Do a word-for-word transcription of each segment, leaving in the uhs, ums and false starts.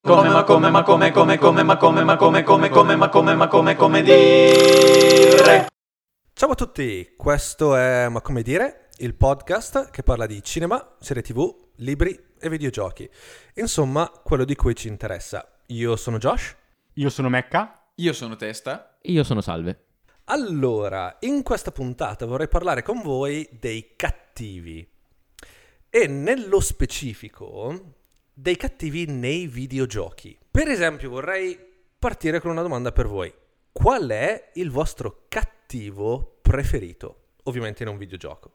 Come ma come ma come come come ma come ma come come come ma come ma come come dire. Ciao a tutti, questo è Ma come dire, il podcast che parla di cinema, serie tv, libri e videogiochi. Insomma, quello di cui ci interessa. Io sono Josh. Io sono Mecca. Io sono Testa. Io sono Salve. Allora, in questa puntata vorrei parlare con voi dei cattivi. E nello specifico dei cattivi nei videogiochi. Per esempio, vorrei partire con una domanda per voi. Qual è il vostro cattivo preferito? Ovviamente in un videogioco.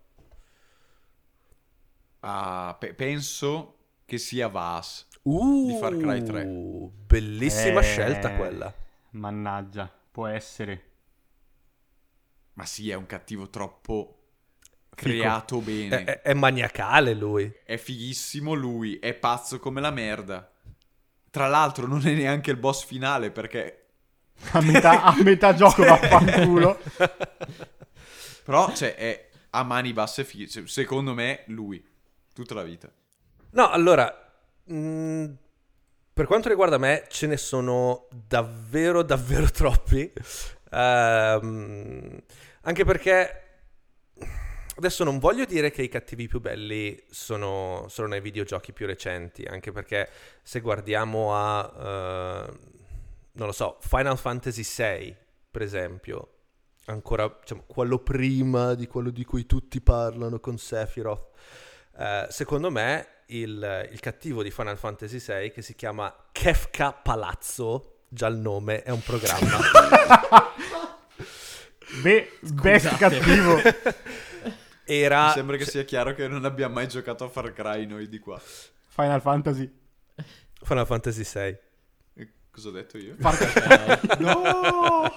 Ah, pe- penso che sia Vaas Uh, di Far Cry tre. Bellissima Eh, scelta quella. Mannaggia, può essere. Ma sì, è un cattivo troppo creato bene. È, è- è maniacale lui. È fighissimo lui, è pazzo come la merda. Tra l'altro non è neanche il boss finale perché... A metà, a metà gioco vaffanculo. Però, cioè, è a mani basse fighi. Cioè, secondo me, lui. Tutta la vita. No, allora, mh, per quanto riguarda me, ce ne sono davvero, davvero troppi. Ehm, anche perché adesso non voglio dire che i cattivi più belli sono, sono nei videogiochi più recenti, anche perché se guardiamo a, eh, non lo so, Final Fantasy sei, per esempio, ancora, diciamo, quello prima di quello di cui tutti parlano con Sephiroth. Eh, secondo me il, il cattivo di Final Fantasy sei, che si chiama Kefka Palazzo, già il nome, è un programma. Beh, best cattivo. Era... Mi sembra che sia chiaro che non abbiamo mai giocato a Far Cry noi di qua. Final Fantasy. Final Fantasy sei. E cosa ho detto io? Far Cry. No!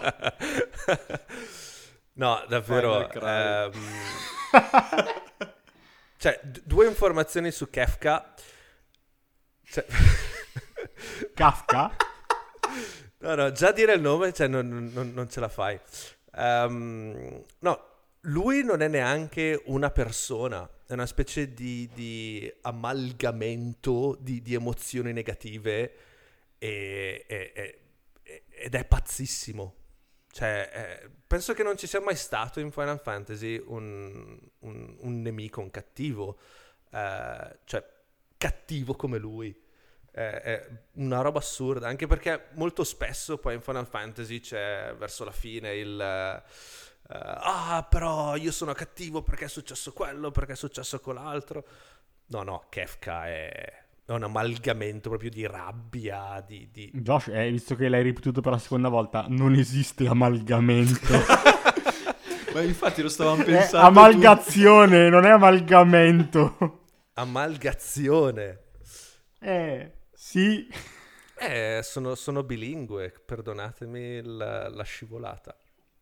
No, davvero. Final Cry. ehm, Cioè, d- due informazioni su Kefka. Cioè... Kafka. No, no, già dire il nome, cioè, non, non- non ce la fai. Ehm, no, lui non è neanche una persona, è una specie di, di amalgamento di, di emozioni negative e- e- e- e- ed è pazzissimo. Cioè, eh, penso che non ci sia mai stato in Final Fantasy un, un- un nemico, un cattivo, eh, cioè cattivo come lui. Eh, è una roba assurda, anche perché molto spesso poi in Final Fantasy c'è verso la fine il... eh, ah, però io sono cattivo perché è successo quello, perché è successo quell'altro. No, no, Kefka è, è un amalgamento proprio di rabbia, di... di... Josh, eh, visto che l'hai ripetuto per la seconda volta, non esiste amalgamento. Ma infatti lo stavamo È pensando. amalgazione, non è amalgamento. Amalgazione. Eh, sì. Eh, sono, sono bilingue, perdonatemi la, la scivolata.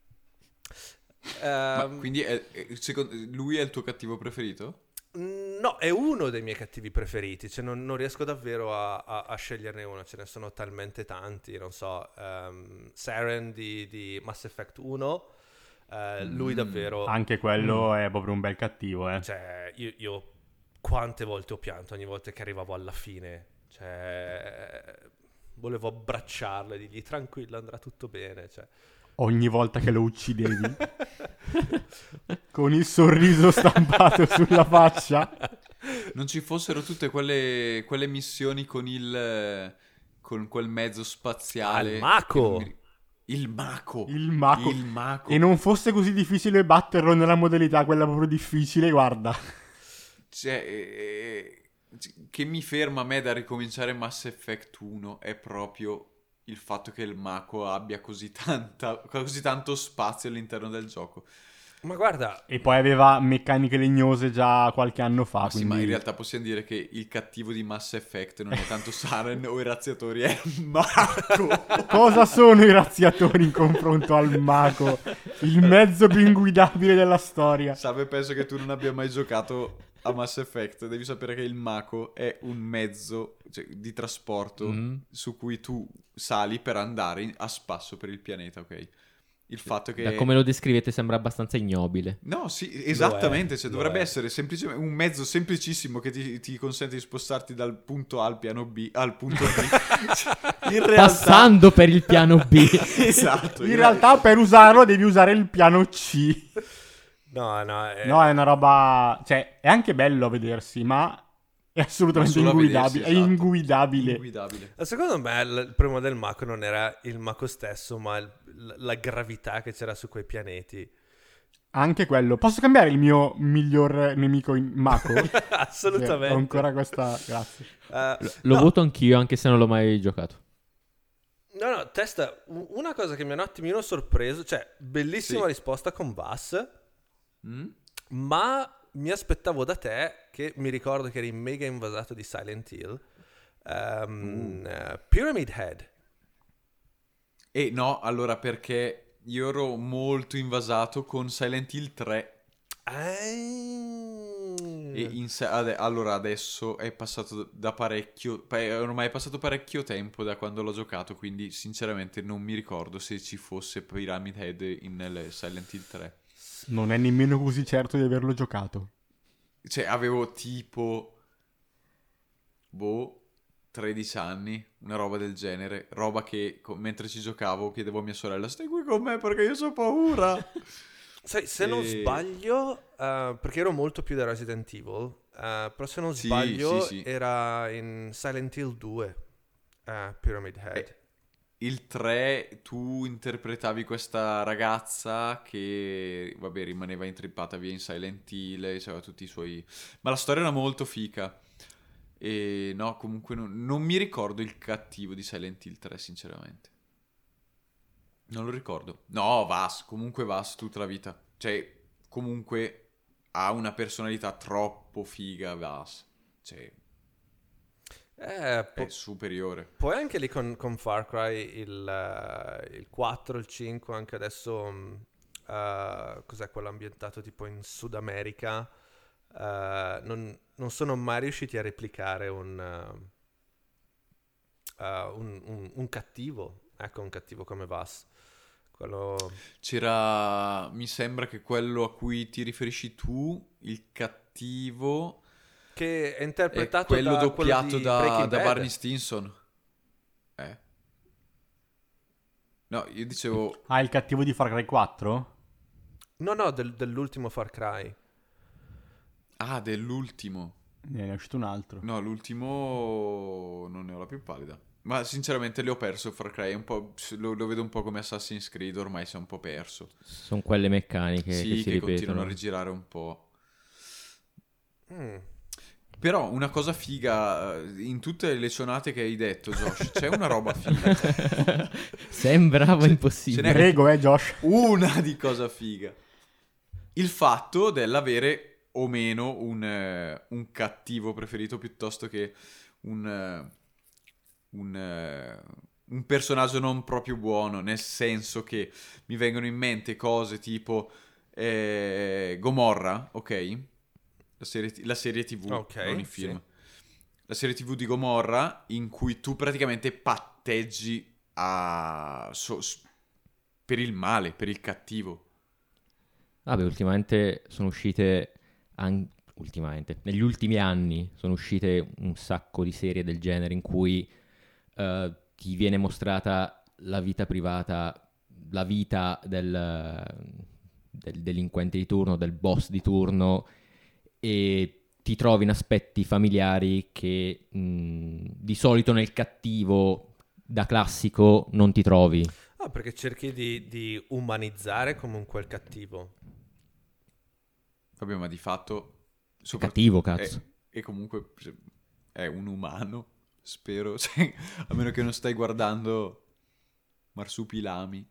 Ma Ehm, quindi è- è- secondo- lui è il tuo cattivo preferito? No, è uno dei miei cattivi preferiti, cioè non, non riesco davvero a, a- a sceglierne uno, ce ne sono talmente tanti, non so, ehm, Saren di, di Mass Effect uno, eh, lui Mm. davvero, Anche quello è proprio un bel cattivo, eh. cioè io, io quante volte ho pianto ogni volta che arrivavo alla fine, cioè volevo abbracciarlo e dirgli tranquillo, andrà tutto bene, cioè. Ogni volta che lo uccidevi. Con il sorriso stampato sulla faccia. Non ci fossero tutte quelle, quelle missioni con il... con quel mezzo spaziale... Ah, il Mako! che non mi ri- Il Mako! Il Mako. Il Mako! E non fosse così difficile batterlo nella modalità quella proprio difficile, guarda. Cioè, eh, che mi ferma a me da ricominciare Mass Effect uno è proprio il fatto che il Mako abbia così tanta, così tanto spazio all'interno del gioco. Ma guarda, E poi aveva meccaniche legnose già qualche anno fa. Ma sì, quindi... ma in realtà possiamo dire che il cattivo di Mass Effect non è tanto Saren o i razziatori, è il Mako. Cosa sono i razziatori in confronto al Mako? Il mezzo più inguidabile della storia. Salve, penso che tu non abbia mai giocato a Mass Effect. Devi sapere che il Mako è un mezzo, cioè, di trasporto Mm. su cui tu sali per andare in- a spasso per il pianeta, ok? il fatto che... Da come lo descrivete sembra abbastanza ignobile. No, sì, esattamente, cioè lo dovrebbe è. essere semplicemente un mezzo semplicissimo che ti, ti consente di spostarti dal punto A al piano B, al punto B. Cioè, in realtà... Passando per il piano B. Esatto. In realtà per usarlo devi usare il piano C. No, no, è... No, è una roba... Cioè, è anche bello a vedersi, ma è assolutamente Ma solo a inguidabile. vedersi, È esatto. inguidabile. Inguidabile. Secondo me il, il problema del Mako non era il Mako stesso, ma il- la, la gravità che c'era su quei pianeti. Anche quello. Posso cambiare il mio miglior nemico in Mako? Assolutamente. Ho ancora questa... Grazie. Eh, Lo no, voto anch'io, anche se non l'ho mai giocato. No, no, testa, u- una cosa che mi ha un attimino sorpreso, cioè, bellissima Sì. risposta con Vass, Mm? ma mi aspettavo da te, che mi ricordo che eri mega invasato di Silent Hill, ehm, eh, Pyramid Head. E no, allora perché io ero molto invasato con Silent Hill tre. Ah. E in se- ade- allora adesso è passato da parecchio, pa- ormai è passato parecchio tempo da quando l'ho giocato, quindi sinceramente non mi ricordo se ci fosse Pyramid Head in nel Silent Hill tre. Non è nemmeno così certo di averlo giocato. Cioè avevo tipo, boh, tredici anni, una roba del genere, roba che co- mentre ci giocavo chiedevo a mia sorella, stai qui con me perché io ho paura. Sai, se non E- sbaglio, eh, perché ero molto più da Resident Evil, eh, però se non Sì, sbaglio sì, sì. era in Silent Hill due, eh, Pyramid Head. Eh, Il tre tu interpretavi questa ragazza che, vabbè, rimaneva intrippata via in Silent Hill, e aveva tutti i suoi... Ma la storia era molto fica. E no, comunque non, non mi ricordo il cattivo di Silent Hill tre, sinceramente. Non lo ricordo. No, Vas, comunque Vas tutta la vita. Cioè, comunque ha una personalità troppo figa, Vas. Cioè, Eh, po- è superiore. poi anche lì con, con Far Cry il, eh, il quattro, il cinque, anche adesso, mh, eh, cos'è quello ambientato tipo in Sud America, eh, non, non sono mai riusciti a replicare un, eh, eh, un, un- un cattivo, ecco, un cattivo come Vass. Quello... C'era, mi sembra che quello a cui ti riferisci tu, il cattivo, Che è è interpretato quello da quello doppiato di da, Breaking da Bad. Barney Stinson. Eh. No, io dicevo, Ah, il cattivo di Far Cry quattro? No, no, del- dell'ultimo Far Cry. ah, dell'ultimo. Ne è uscito un altro. No, l'ultimo non ne ho la più pallida. Ma sinceramente le ho perso Far Cry, è un po', lo, lo vedo un po' come Assassin's Creed, ormai si è un po' perso. Sono quelle meccaniche sì, che si che continuano ripetono. a rigirare un po'. Mm. Però una cosa figa, eh, in tutte le cionate che hai detto, Josh, c'è una roba figa. Sembrava Ce- impossibile. ce n'è- Prego, eh, Josh. Una di cosa figa. Il fatto dell'avere o meno un, eh, un cattivo preferito piuttosto che un, eh, un, eh, un personaggio non proprio buono, nel senso che mi vengono in mente cose tipo eh, Gomorra, ok? La serie, t- la serie tv, Ok, non il sì. film. La serie tv di Gomorra in cui tu praticamente patteggi a... so- s- per il male, per il cattivo. Vabbè, ultimamente sono uscite, an- ultimamente, negli ultimi anni sono uscite un sacco di serie del genere in cui eh, ti viene mostrata la vita privata, la vita del, del delinquente di turno, del boss di turno, e ti trovi in aspetti familiari che mh, di solito nel cattivo da classico non ti trovi. Ah, perché cerchi di, di umanizzare comunque il cattivo. Vabbè, ma di fatto... È soprattutto- cattivo, cazzo. E comunque se- è un umano, spero. Cioè, a meno che non stai guardando Marsupilami.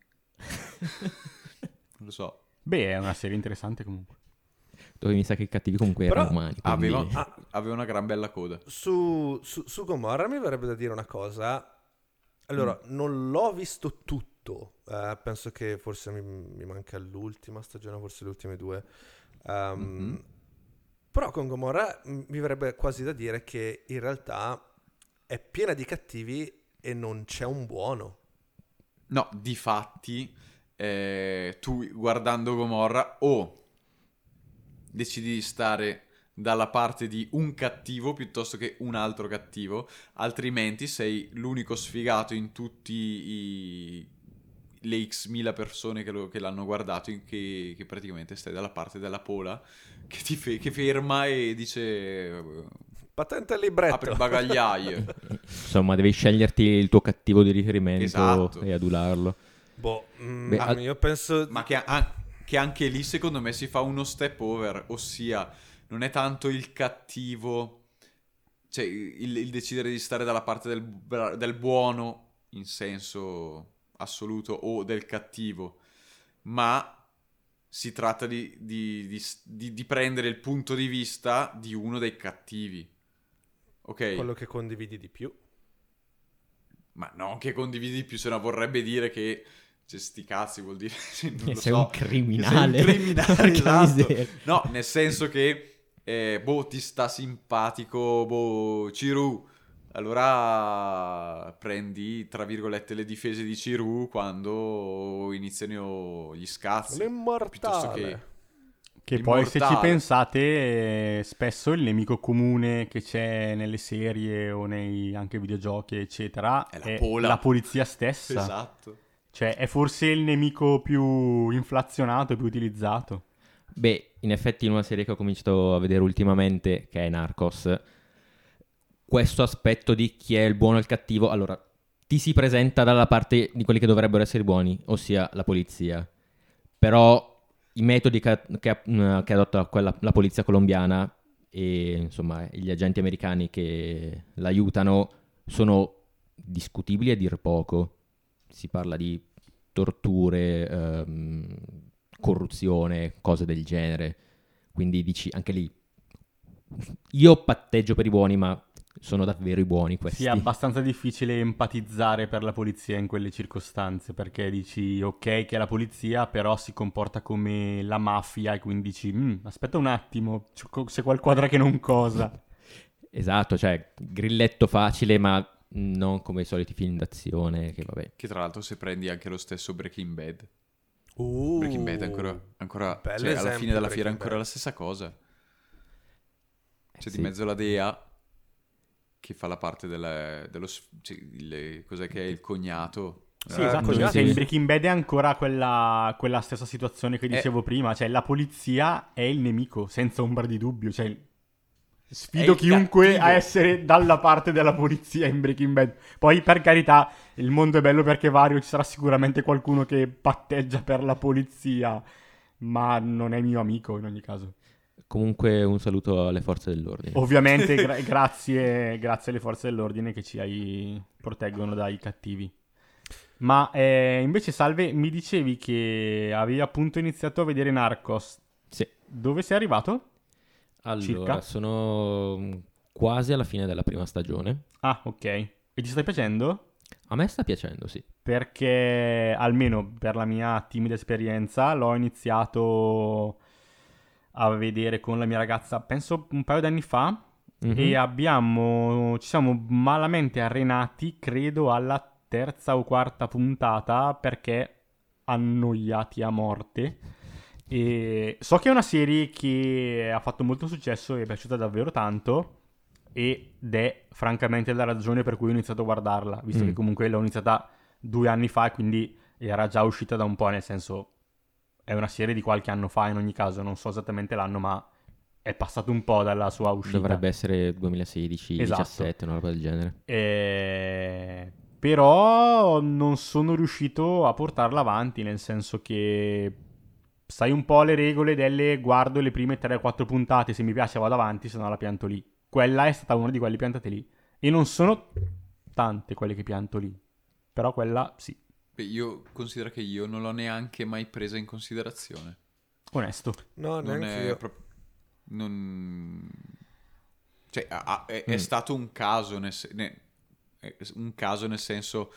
Non lo so. Beh, è una serie interessante comunque. Dove mi sa che i cattivi comunque Però erano umani. quindi- Aveva, Ah. aveva una gran bella coda. Su, su, su Gomorra mi verrebbe da dire una cosa. Allora, non l'ho visto tutto. Eh, penso che forse mi, mi manca l'ultima stagione, forse le ultime due. Um, Mhm. Però con Gomorra m- mi verrebbe quasi da dire che in realtà è piena di cattivi e non c'è un buono. No, difatti eh, tu guardando Gomorra o decidi di stare dalla parte di un cattivo piuttosto che un altro cattivo, altrimenti sei l'unico sfigato in tutti i... le x mila persone che, lo, che l'hanno guardato, in che, che praticamente stai dalla parte della pola che ti fe, che ferma e dice patente al libretto, apri il bagagliaio. Insomma, devi sceglierti il tuo cattivo di riferimento Esatto. e adularlo. boh, mm, Beh, ah, al- io penso Ma che, a- che anche lì secondo me si fa uno step over, ossia non è tanto il cattivo, cioè il, il decidere di stare dalla parte del, bra- del buono in senso assoluto o del cattivo, ma si tratta di, di, di, di, di prendere il punto di vista di uno dei cattivi, ok? quello che condividi di più. Ma non che condividi di più, se no vorrebbe dire che cioè, sti cazzi vuol dire cioè, non Che lo sei so, un criminale. che sei un criminale, Porca esatto. miseria. No, nel senso che eh, boh, ti sta simpatico, boh, Ciru, allora prendi, tra virgolette, le difese di Ciru quando iniziano gli scazzi. Piuttosto L'immortale. che... Che poi, se ci Immortale. pensate, eh, spesso il nemico comune che c'è nelle serie o nei anche videogiochi, eccetera, È la è pola. la polizia stessa. Esatto. Cioè, è forse il nemico più inflazionato, più utilizzato. Beh, in effetti in una serie che ho cominciato a vedere ultimamente, che è Narcos, questo aspetto di chi è il buono e il cattivo, allora, ti si presenta dalla parte di quelli che dovrebbero essere buoni, ossia la polizia. Però i metodi che, che, che adotta quella, la polizia colombiana e insomma gli agenti americani che l'aiutano sono discutibili a dir poco. Si parla di torture, ehm, corruzione, cose del genere. Quindi dici anche lì, io patteggio per i buoni, ma sono davvero i buoni questi. Sì, è abbastanza difficile empatizzare per la polizia in quelle circostanze, perché dici, ok, che è la polizia, però si comporta come la mafia, e quindi dici, "Mm, aspetta un attimo, c'è qualquadra che non cosa." Esatto, cioè grilletto facile, ma non come i soliti film d'azione, che vabbè. Che tra l'altro se prendi anche lo stesso Breaking Bad. Uh, Breaking Bad è ancora, ancora bello cioè, alla esempio, fine della Breaking fiera è ancora Bad. la stessa cosa. C'è sì. di mezzo la dea che fa la parte della, dello... s- cioè, il- cos'è che è il cognato? Sì, Eh, esatto, così. cioè, sì. in Breaking Bad è ancora quella, quella stessa situazione che Eh. dicevo prima, cioè la polizia è il nemico, senza ombra di dubbio, cioè È sfido il chiunque cattivo. a essere dalla parte della polizia in Breaking Bad. Poi, per carità, il mondo è bello perché è vario, ci sarà sicuramente qualcuno che patteggia per la polizia, ma non è mio amico in ogni caso. Comunque un saluto alle forze dell'ordine. Ovviamente gra- grazie, grazie alle forze dell'ordine che ci ai- proteggono dai cattivi. Ma eh, invece, Salve, mi dicevi che avevi appunto iniziato a vedere Narcos. Sì. Dove sei arrivato? Allora, Circa? sono mm, quasi alla fine della prima stagione. Ah, ok. E ti stai piacendo? A me sta piacendo, sì. Perché, almeno per la mia timida esperienza, l'ho iniziato a vedere con la mia ragazza, penso un paio d'anni fa, Mhm. e abbiamo, ci siamo malamente arenati, credo, alla terza o quarta puntata, perché annoiati a morte. E so che è una serie che ha fatto molto successo e è piaciuta davvero tanto, ed è francamente la ragione per cui ho iniziato a guardarla, visto Mm. che comunque l'ho iniziata due anni fa e quindi era già uscita da un po', nel senso è una serie di qualche anno fa in ogni caso, non so esattamente l'anno, ma è passato un po' dalla sua uscita. Dovrebbe essere duemilasedici Esatto. diciassette, una roba del genere. Eh, Però non sono riuscito a portarla avanti, nel senso che sai un po' le regole delle guardo le prime tre o quattro puntate, se mi piace vado avanti, se no la pianto lì. Quella è stata una di quelle piantate lì. E non sono tante quelle che pianto lì, però quella sì. Beh, io considero che io non l'ho neanche mai presa in considerazione. Onesto. No, Non neanche è io. proprio... Non... Cioè, ha- ha- è, Mm. è stato un caso, nel se- ne- è un caso nel senso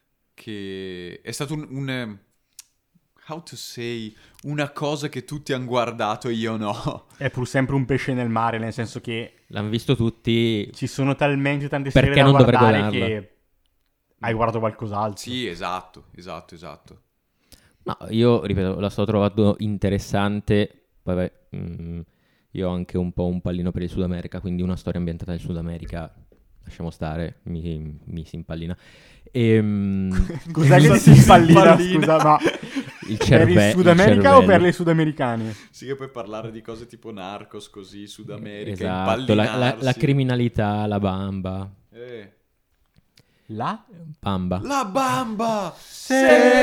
che è stato un... un how to say... Una cosa che tutti hanno guardato e io no. È pur sempre un pesce nel mare, nel senso che L'hanno visto tutti. ci sono talmente tante Perché serie da non dovrei guardare guardarla? che hai guardato qualcos'altro. Sì, esatto, esatto, esatto. No, io ripeto, la sto trovando interessante. Vabbè, mm, io ho anche un po' un pallino per il Sud America, quindi una storia ambientata nel Sud America, lasciamo stare, mi, mi si impallina. E, Cos'è che si impallina? Scusa, ma il per cerve- il Sud America cervello. o per le sudamericane? Sì, che puoi parlare di cose tipo Narcos, così, Sud America, Esatto, la, la- la impallinarsi. criminalità, la bamba. Eh. La? Bamba. La bamba! Sì!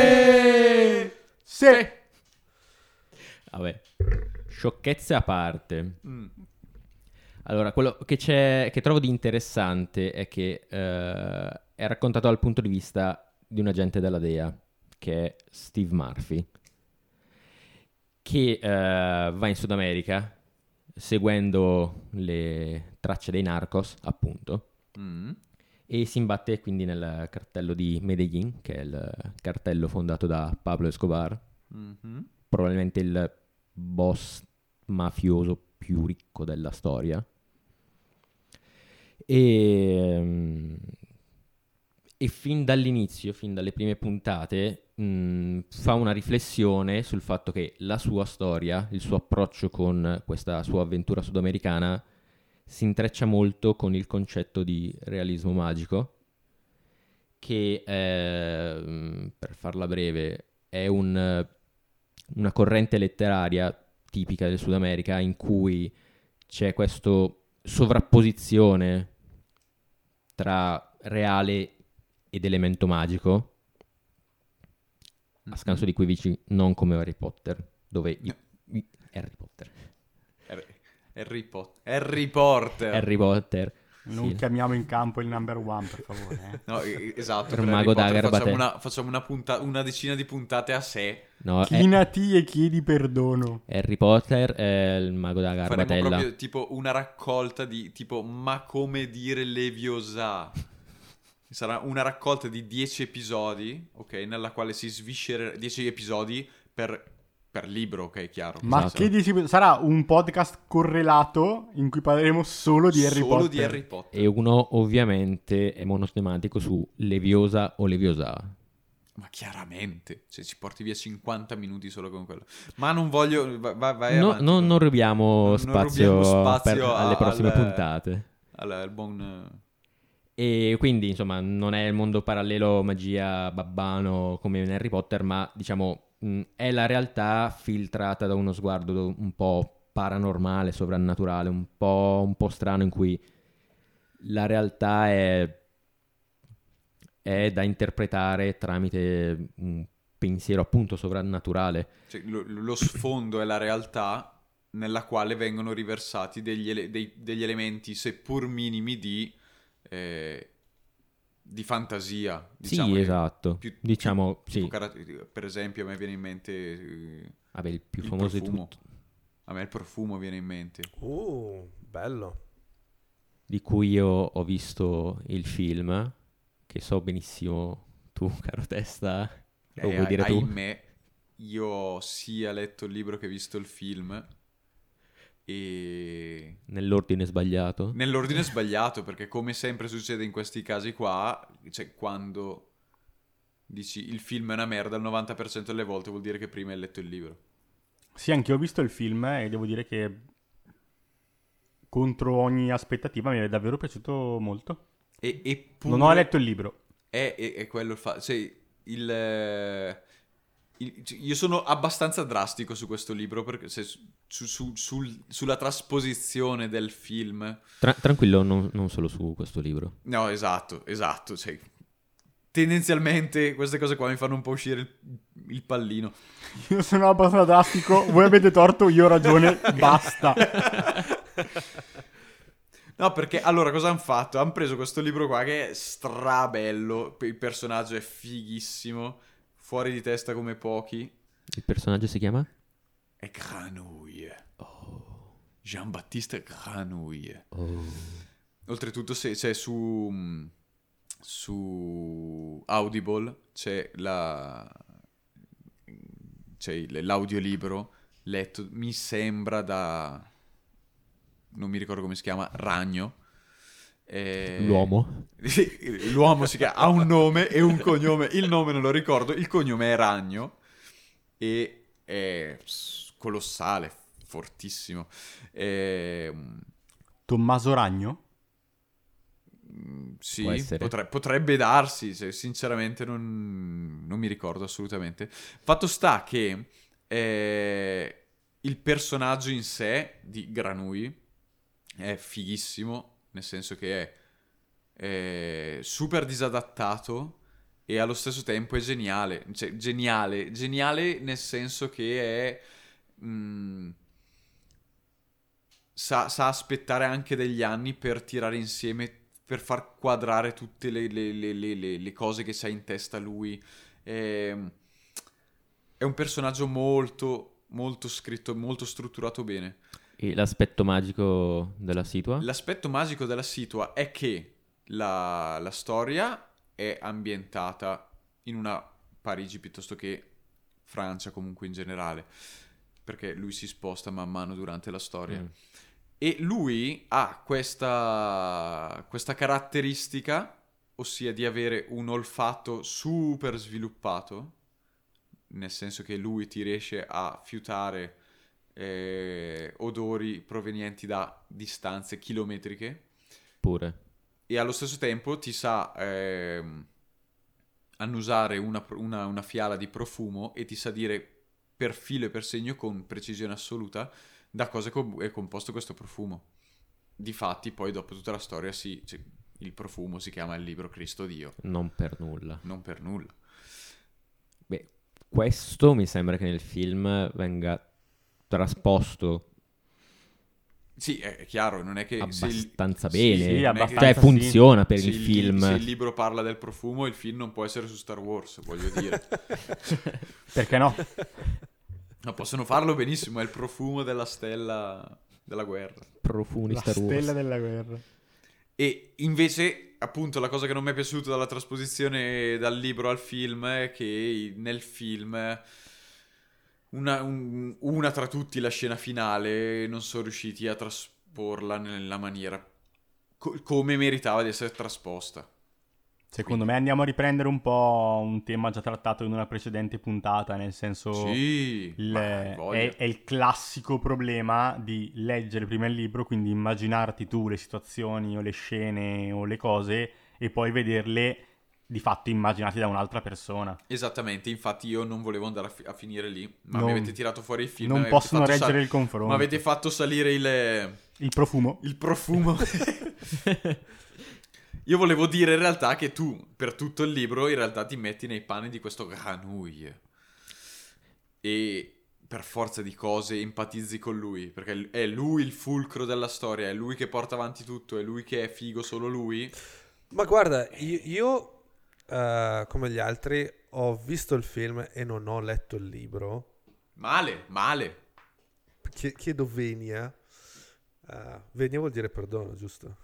Sì! Vabbè, sciocchezze a parte. Mm. Allora, quello che c'è, che trovo di interessante è che eh, è raccontato dal punto di vista di un agente della D E A, che è Steve Murphy, che eh, va in Sud America seguendo le tracce dei narcos, appunto, Mm. e si imbatte quindi nel cartello di Medellin, che è il cartello fondato da Pablo Escobar, Mhm. probabilmente il boss mafioso più ricco della storia. E, e fin dall'inizio, fin dalle prime puntate, mh, fa una riflessione sul fatto che la sua storia, il suo approccio con questa sua avventura sudamericana si intreccia molto con il concetto di realismo magico, che è, mh, per farla breve, è un, una corrente letteraria tipica del Sud America in cui c'è questa sovrapposizione tra reale ed elemento magico, a scanso di quei vici non come Harry Potter, dove i- i- Harry Potter Harry, Harry Potter. Harry Potter. Harry Potter Non sì. chiamiamo in campo il number one, per favore. Eh. No, eh, esatto. Per Per Harry Mago Potter Dagger facciamo, Bate- una, facciamo una, punta- una decina di puntate a sé. No, è- Chinati e chiedi perdono. Harry Potter è il mago da Faremo Garbatella. proprio tipo una raccolta di tipo ma come dire Leviosa. Sarà una raccolta di dieci episodi, ok, nella quale si sviscererà dieci episodi per, per libro, ok, chiaro. Ma Esatto. che dici? Sarà un podcast correlato in cui parleremo solo di Harry Solo Potter. di Harry Potter. E uno ovviamente è monotematico su Leviosa o Leviosa. Ma chiaramente, se ci porti via cinquanta minuti solo con quello. Ma non voglio... va- va- vai No, avanti, no, no. non rubiamo Non spazio, rubiamo spazio per- a- alle prossime al- puntate. Al, al buon... E quindi, insomma, non è il mondo parallelo magia babbano come in Harry Potter, ma diciamo mh, è la realtà filtrata da uno sguardo un po' paranormale, sovrannaturale, un po', un po' strano, in cui la realtà è, è da interpretare tramite un pensiero appunto sovrannaturale. cioè, lo, lo sfondo è la realtà nella quale vengono riversati degli, ele- dei- degli elementi, seppur minimi, di... eh, di fantasia, diciamo, sì, esatto. più- diciamo, tipo sì. caratter- per esempio a me viene in mente eh, Vabbè, il più il famoso profumo. di tutti, A me il profumo viene in mente. Uh, bello. di cui io ho visto il film, che so benissimo tu, caro testa, lo Eh, vuoi dire tu? ahimè, io ho sia letto il libro che visto il film e Nell'ordine sbagliato. nell'ordine sbagliato, perché come sempre succede in questi casi qua, cioè quando dici il film è una merda, il novanta per cento delle volte vuol dire che prima hai letto il libro. Sì, anche io ho visto il film e devo dire che contro ogni aspettativa mi è davvero piaciuto molto. E, eppure Non ho letto il libro. È, è, è quello il fatto. Cioè, il, eh, il- cioè, io sono abbastanza drastico su questo libro perché se, su- su- sul- sulla trasposizione del film. Tra- tranquillo, non, non solo su questo libro. No, esatto, esatto. Cioè, tendenzialmente queste cose qua mi fanno un po' uscire il, il pallino. Io sono abbastanza drastico, voi avete torto, io ho ragione, basta. No, perché allora cosa hanno fatto? Hanno preso questo libro qua che è strabello, il personaggio è fighissimo, fuori di testa come pochi. Il personaggio si chiama? È Granouille. Jean-Baptiste Granouille. Oltretutto se c'è su su Audible c'è la c'è il- l'audiolibro letto, mi sembra da non mi ricordo come si chiama, Ragno. Eh, L'uomo. L'uomo si chiama, ha un nome e un cognome, il nome non lo ricordo, il cognome è Ragno. e è colossale, fortissimo. E, Tommaso Ragno? sì, Può essere. potre- potrebbe darsi, se- sinceramente non, non mi ricordo assolutamente. Fatto sta che eh, il personaggio in sé di Granui è fighissimo, nel senso che è, è super disadattato e allo stesso tempo è geniale, cioè geniale, geniale nel senso che è... mh, sa, sa aspettare anche degli anni per tirare insieme, per far quadrare tutte le, le- le- le- le- le cose che c'ha in testa lui. È, è un personaggio molto, molto scritto, molto strutturato bene. E l'aspetto magico della situa? L'aspetto magico della situa è che la, la storia è ambientata in una Parigi piuttosto che Francia, comunque in generale, perché lui si sposta man mano durante la storia. Mm. E lui ha questa, questa caratteristica, ossia di avere un olfatto super sviluppato, nel senso che lui ti riesce a fiutare eh, odori provenienti da distanze chilometriche Pure. e allo stesso tempo ti sa ehm, annusare una, una- una fiala di profumo e ti sa dire per filo e per segno con precisione assoluta da cosa è com- è composto questo profumo. Difatti poi dopo tutta la storia si, cioè, il profumo si chiama il libro Cristo Dio, Non per nulla. non per nulla. Beh, questo mi sembra che nel film venga trasposto Sì, è è chiaro, non è che se il- abbastanza sì, bene. sì, non è che- abbastanza Cioè sì. funziona per se il li- film. se il libro parla del profumo, il film non può essere su Star Wars, voglio dire. Perché no? Ma possono farlo benissimo, è il profumo della stella della guerra. Profumi La Star Wars. stella della guerra. E invece, appunto, la cosa che non mi è piaciuta dalla trasposizione dal libro al film è che nel film una, un- una tra tutti, la scena finale, non sono riusciti a trasporla nella maniera co- come meritava di essere trasposta. Secondo me andiamo a riprendere un po' un tema già trattato in una precedente puntata, nel senso... Sì, il- ma voglia. è, è il classico problema di leggere prima il libro, quindi immaginarti tu le situazioni o le scene o le cose e poi vederle di fatto immaginate da un'altra persona. Esattamente, infatti io non volevo andare a, fi- a finire lì, ma Non- mi avete tirato fuori il film. non mi avete possono fatto reggere sal- il confronto. Mi avete fatto salire il, Il profumo. il profumo. Io volevo dire in realtà che tu, per tutto il libro, in realtà ti metti nei panni di questo Granouille. E per forza di cose empatizzi con lui, perché è lui il fulcro della storia, è lui che porta avanti tutto, è lui che è figo solo lui. Ma guarda, io, io, eh, come gli altri, ho visto il film e non ho letto il libro. Male, male. Chie- chiedo venia. Eh, venia vuol dire perdono, giusto?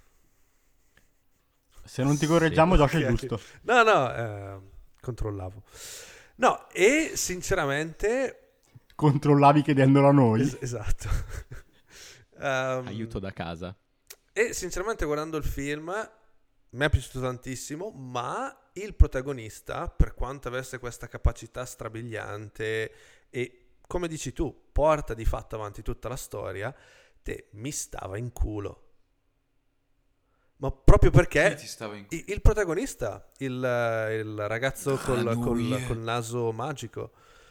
Se non ti correggiamo, Josh, è Ok. giusto. No, no, eh, controllavo. No, e sinceramente... Controllavi chiedendolo a noi. es- esatto. Ehm, Aiuto da casa. E sinceramente guardando il film mi è piaciuto tantissimo, ma il protagonista, per quanto avesse questa capacità strabiliante e, come dici tu, porta di fatto avanti tutta la storia, te mi stava in culo. Ma proprio Chi perché ti stava in i- il protagonista, il, eh, il ragazzo col, col, Granouille. col naso magico,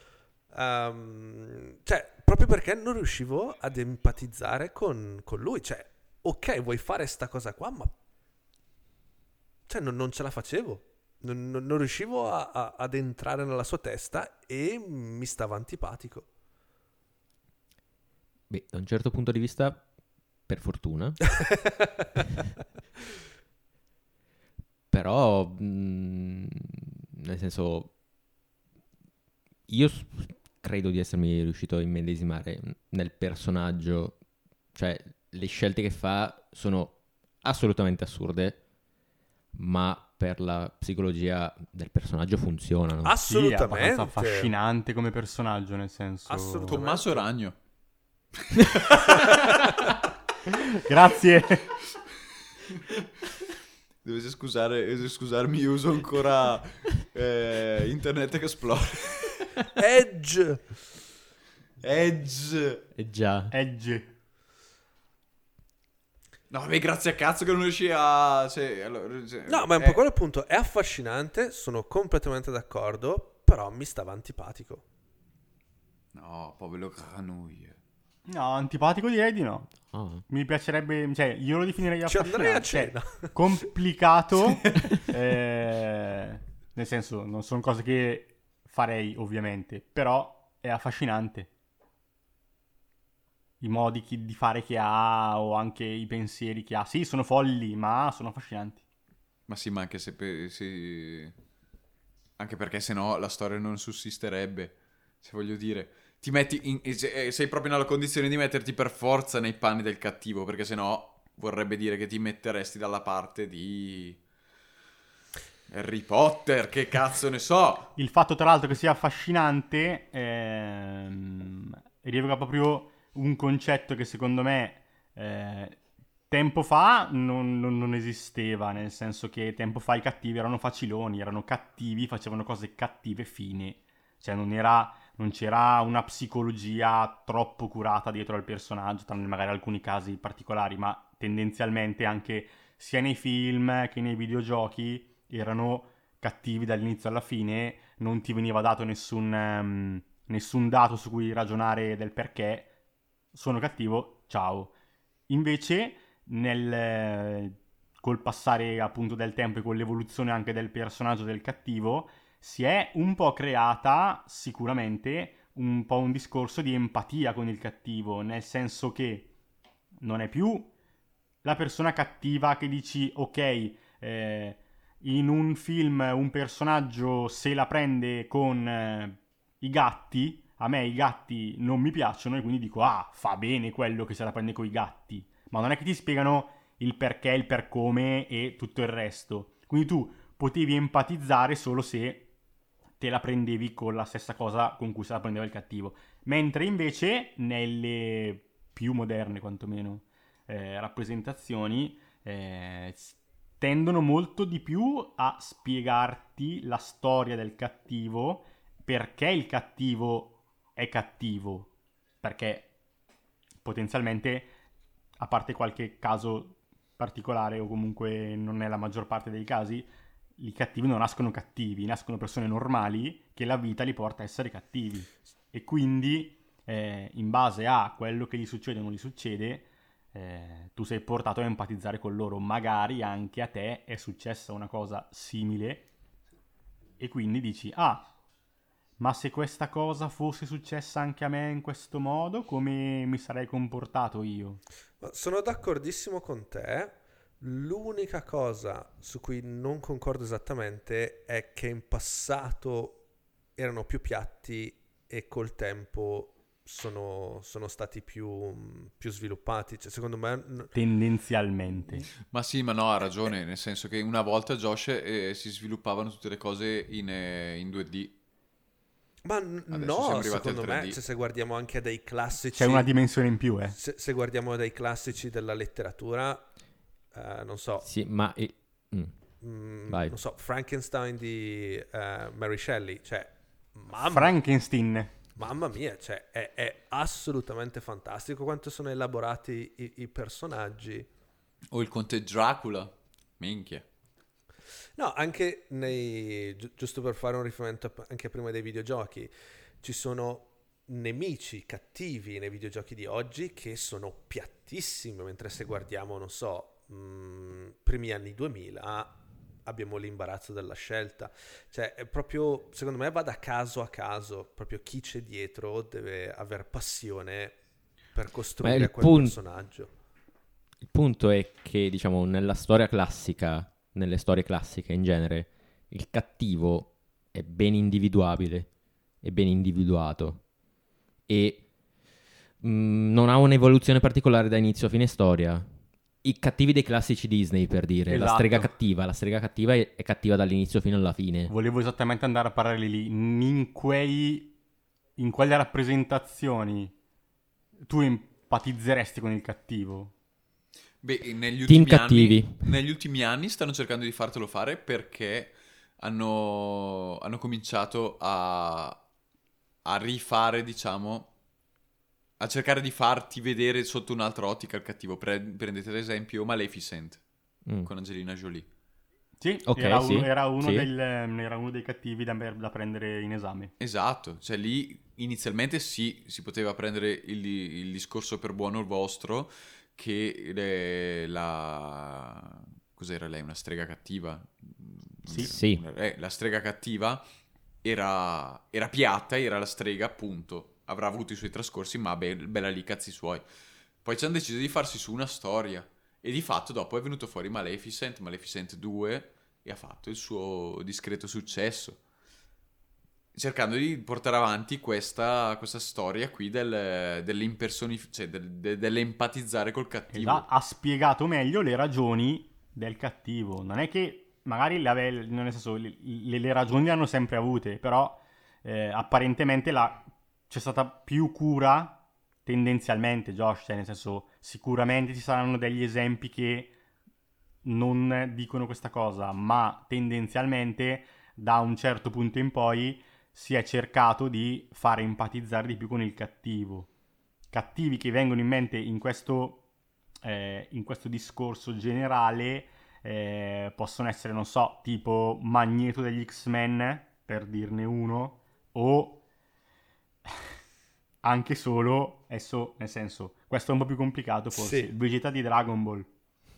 ehm, cioè, proprio perché non riuscivo ad empatizzare con, con lui. Cioè, ok, vuoi fare sta cosa qua, ma cioè, non, non ce la facevo. Non, non- non riuscivo a- a- ad entrare nella sua testa e mi stava antipatico. Beh, da un certo punto di vista, per fortuna. Però, mh, nel senso, io s- credo di essermi riuscito a immedesimare nel personaggio. Cioè, le scelte che fa sono assolutamente assurde, ma per la psicologia del personaggio funzionano. Sì, è Assolutamente. abbastanza affascinante come personaggio, nel senso... Assolutamente. Tommaso Ragno. Grazie. Dovete scusare, scusarmi, io uso ancora eh, Internet Explorer. Edge. Edge. Eh già. Edge. No, vabbè, grazie a cazzo che non riesci a... Cioè, allora, cioè, No, ma è un eh, po' quello il punto. È affascinante, sono completamente d'accordo, però mi stava antipatico. No, povero granuglie. No, antipatico direi di no. Oh. Mi piacerebbe, cioè, io lo definirei Ci andrei a affascinante. cena. Cioè, complicato, eh, nel senso, non sono cose che farei, ovviamente, però è affascinante. I modi chi- di fare che ha, o anche i pensieri che ha. Sì, sono folli, ma sono affascinanti. Ma sì, ma anche se... pe- se- Anche perché sennò la storia non sussisterebbe. Se voglio dire... Ti metti in... se- Sei proprio nella condizione di metterti per forza nei panni del cattivo, perché sennò vorrebbe dire che ti metteresti dalla parte di... Harry Potter, che cazzo ne so! Il fatto, tra l'altro, che sia affascinante ehm, rievoca proprio un concetto che secondo me eh, tempo fa non, non- non esisteva, nel senso che tempo fa i cattivi erano faciloni, erano cattivi, facevano cose cattive, fine. Cioè non era, non c'era una psicologia troppo curata dietro al personaggio, tranne magari alcuni casi particolari, ma tendenzialmente anche sia nei film che nei videogiochi erano cattivi dall'inizio alla fine, non ti veniva dato nessun, ehm, nessun dato su cui ragionare del perché sono cattivo, ciao. Invece, nel, eh, col passare appunto del tempo e con l'evoluzione anche del personaggio del cattivo, si è un po' creata sicuramente un po' un discorso di empatia con il cattivo, nel senso che non è più la persona cattiva che dici, ok, eh, in un film un personaggio se la prende con eh, i gatti, a me i gatti non mi piacciono e quindi dico, ah, fa bene quello che se la prende con i gatti. Ma non è che ti spiegano il perché, il per come e tutto il resto. Quindi tu potevi empatizzare solo se te la prendevi con la stessa cosa con cui se la prendeva il cattivo. Mentre invece nelle più moderne, quantomeno, eh, rappresentazioni eh, s- tendono molto di più a spiegarti la storia del cattivo, perché il cattivo è cattivo, perché potenzialmente, a parte qualche caso particolare o comunque non è la maggior parte dei casi, i cattivi non nascono cattivi, nascono persone normali che la vita li porta a essere cattivi e quindi eh, in base a quello che gli succede o non gli succede eh, tu sei portato a empatizzare con loro, magari anche a te è successa una cosa simile e quindi dici, ah, ma se questa cosa fosse successa anche a me in questo modo, come mi sarei comportato io? Ma sono d'accordissimo con te. L'unica cosa su cui non concordo esattamente è che in passato erano più piatti e col tempo sono, sono stati più, più sviluppati. Cioè, secondo me... n- Tendenzialmente. Ma sì, ma no, ha ragione, nel senso che una volta Josh eh, si sviluppavano tutte le cose in, eh, in due D. Ma n- Adesso no, siamo arrivati secondo al me, tre D. cioè, se guardiamo anche dei classici... C'è una dimensione in più, eh. se, se guardiamo dei classici della letteratura, eh, non so, Sì, ma... eh, mm. mm, Vai. non so, Frankenstein di eh, Mary Shelley, cioè, mamma, Frankenstein. mamma mia, cioè, è, è assolutamente fantastico quanto sono elaborati i, i personaggi. O il conte Dracula. Minchia. No, anche nei, gi- giusto per fare un riferimento a- anche prima dei videogiochi, ci sono nemici cattivi nei videogiochi di oggi che sono piattissimi, mentre se guardiamo, non so, mh, primi anni duemila abbiamo l'imbarazzo della scelta. Cioè, è proprio, secondo me va da caso a caso, proprio chi c'è dietro deve aver passione per costruire il quel pun- personaggio. Il punto è che, diciamo, nella storia classica, nelle storie classiche in genere, il cattivo è ben individuabile, è ben individuato e mh, non ha un'evoluzione particolare da inizio a fine storia. I cattivi dei classici Disney, per dire, la Esatto. strega cattiva, la strega cattiva è, è cattiva dall'inizio fino alla fine. Volevo esattamente andare a parare lì. In quei, in quelle rappresentazioni tu empatizzeresti con il Beh, cattivo? negli Team ultimi, cattivi. anni, negli ultimi anni stanno cercando di fartelo fare perché hanno, hanno cominciato a a rifare, diciamo, a cercare di farti vedere sotto un'altra ottica il cattivo. Pre- prendete ad esempio Maleficent Mm. con Angelina Jolie. Sì, Ok, era, sì, uno, era, uno sì. del- era uno dei cattivi da, da prendere in esame. Esatto, cioè lì inizialmente sì, si poteva prendere il, il discorso per buono il vostro, che le- la... cos'era lei? Una strega cattiva? Sì. Sì. Eh, la strega cattiva era, era piatta, era la strega appunto, avrà avuto i suoi trascorsi, ma be- bella lì cazzi suoi. Poi ci hanno deciso di farsi su una storia e di fatto dopo è venuto fuori Maleficent, Maleficent due, e ha fatto il suo discreto successo, cercando di portare avanti questa, questa storia qui del, dell'impersonif- cioè del, de- dell'empatizzare col cattivo. Esatto, ha spiegato meglio le ragioni del cattivo. Non è che magari le, ave- nel senso, le, le- le ragioni le hanno sempre avute, però eh, apparentemente la- c'è stata più cura tendenzialmente, Josh, cioè nel senso sicuramente ci saranno degli esempi che non dicono questa cosa, ma tendenzialmente da un certo punto in poi si è cercato di fare empatizzare di più con il cattivo. Cattivi che vengono in mente in questo, eh, in questo discorso generale eh, possono essere, non so, tipo Magneto degli X-Men, per dirne uno, o anche solo, adesso, nel senso, questo è un po' più complicato forse, Sì. Vegeta di Dragon Ball.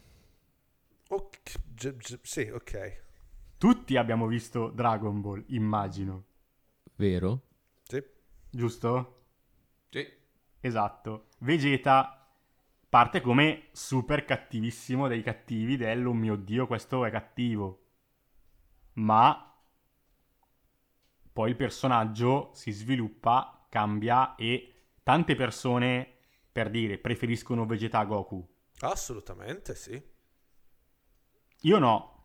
Ok, gi- gi- sì, ok. Tutti abbiamo visto Dragon Ball, immagino, Vero? Sì. giusto? Sì. Esatto. Vegeta parte come super cattivissimo dei cattivi del oh mio Dio, questo è cattivo. Ma poi il personaggio si sviluppa, cambia e tante persone, per dire, preferiscono Vegeta a Goku. Assolutamente sì. Io no.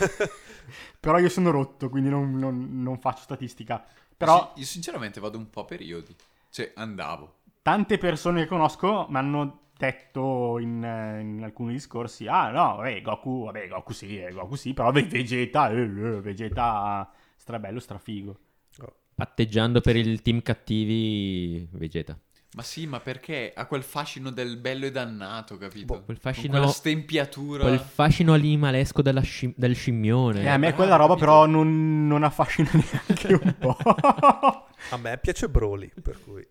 Però io sono rotto, quindi non, non- non faccio statistica. Però Io sinceramente vado un po' a periodi. Cioè, andavo. tante persone che conosco mi hanno detto in, eh, in alcuni discorsi: ah no, vabbè, Goku, vabbè, Goku sì, eh, Goku sì, però Ve- Vegeta, eh, eh, Vegeta strabello, strafigo. Patteggiando per il team cattivi Vegeta. Ma sì, ma perché ha quel fascino del bello e dannato, capito? Quel Con fascino, quella stempiatura. quel fascino animalesco della sci- del scimmione. E a me bravo, quella roba capito? però non, non affascina neanche un po'. A me piace Broly, per cui...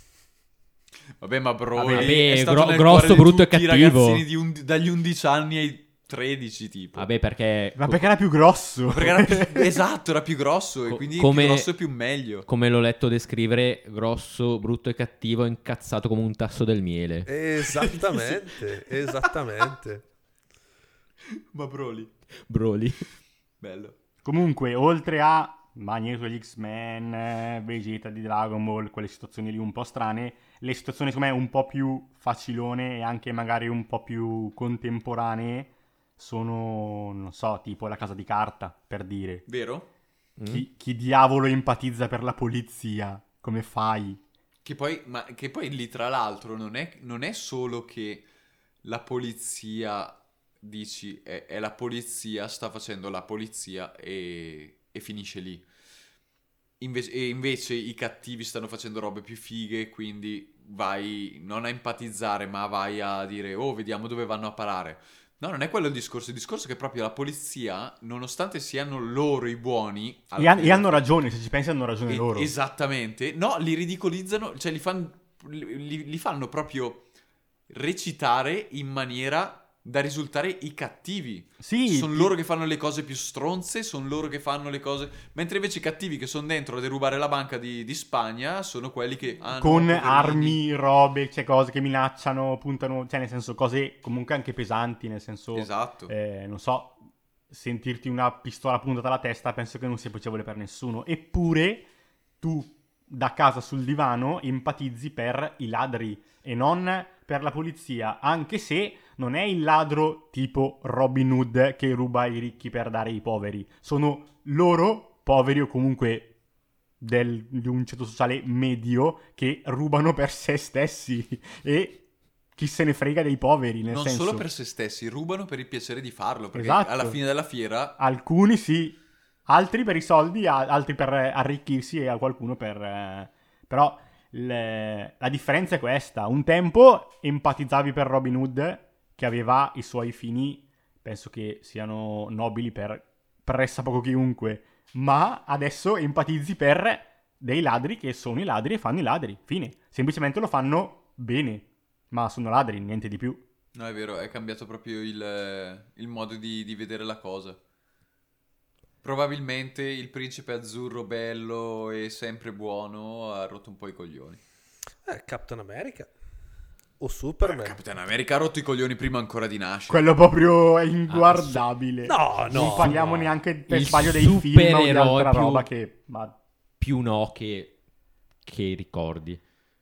Vabbè, ma Broly Vabbè, è stato gro- nel grosso, cuore di brutto e tutti i cattivo. ragazzini di un- dagli undici anni ai tredici, tipo. Vabbè, perché... Ma perché era più grosso? Perché era più... esatto, era più grosso e Co- quindi come- più grosso e più meglio. Come l'ho letto descrivere, grosso, brutto e cattivo, incazzato come un tasso del miele. Esattamente, esattamente. Ma Broly, Broly. bello. Comunque, oltre a Magneto degli X-Men, eh, Vegeta di Dragon Ball, quelle situazioni lì un po' strane, le situazioni secondo me un po' più facilone e anche magari un po' più contemporanee sono, non so, tipo La Casa di Carta, per dire. Vero? Chi, chi diavolo empatizza per la polizia? Come fai? Che poi, ma, che poi lì tra l'altro non è, non è solo che la polizia, dici, è, è la polizia, sta facendo la polizia e, e finisce lì. Invece, e invece i cattivi stanno facendo robe più fighe, quindi vai non a empatizzare, ma vai a dire, oh, vediamo dove vanno a parare. No, non è quello il discorso, il discorso è che proprio la polizia, nonostante siano loro i buoni... alla E, han- fine- e hanno ragione, se ci pensi hanno ragione E- loro. Esattamente. No, li ridicolizzano, cioè li, fan- li- li fanno proprio recitare in maniera da risultare i cattivi. Sì, Sono ti- loro che fanno le cose più stronze, sono loro che fanno le cose... Mentre invece i cattivi che sono dentro a derubare la banca di, di Spagna sono quelli che... Ah, no, con poverini. armi, robe, cioè cose che minacciano, puntano, cioè nel senso cose comunque anche pesanti, nel senso, Esatto. eh, non so, sentirti una pistola puntata alla testa penso che non sia piacevole per nessuno. Eppure tu da casa sul divano empatizzi per i ladri e non per la polizia, anche se non è il ladro tipo Robin Hood che ruba ai ricchi per dare ai poveri. Sono loro, poveri o comunque del- di un ceto sociale medio, che rubano per se stessi e chi se ne frega dei poveri, nel Non senso... solo per se stessi, rubano per il piacere di farlo, perché Esatto. alla fine della fiera... Alcuni sì, altri per i soldi, a- altri per arricchirsi e a qualcuno per, eh, Però le- la differenza è questa. Un tempo empatizzavi per Robin Hood, che aveva i suoi fini, penso che siano nobili per pressappoco chiunque, ma adesso empatizzi per dei ladri che sono i ladri e fanno i ladri, fine. Semplicemente lo fanno bene, ma sono ladri, niente di più. No, è vero, è cambiato proprio il, il modo di, di vedere la cosa. Probabilmente il principe azzurro bello e sempre buono ha rotto un po' i coglioni. Eh, Captain America. O Superman. Capitan America ha rotto i coglioni prima ancora di nascere. Quello proprio è inguardabile. No, no, Non parliamo no. neanche per Il sbaglio dei film o di supereroe altra più- roba che... Ma Più no che, che ricordi.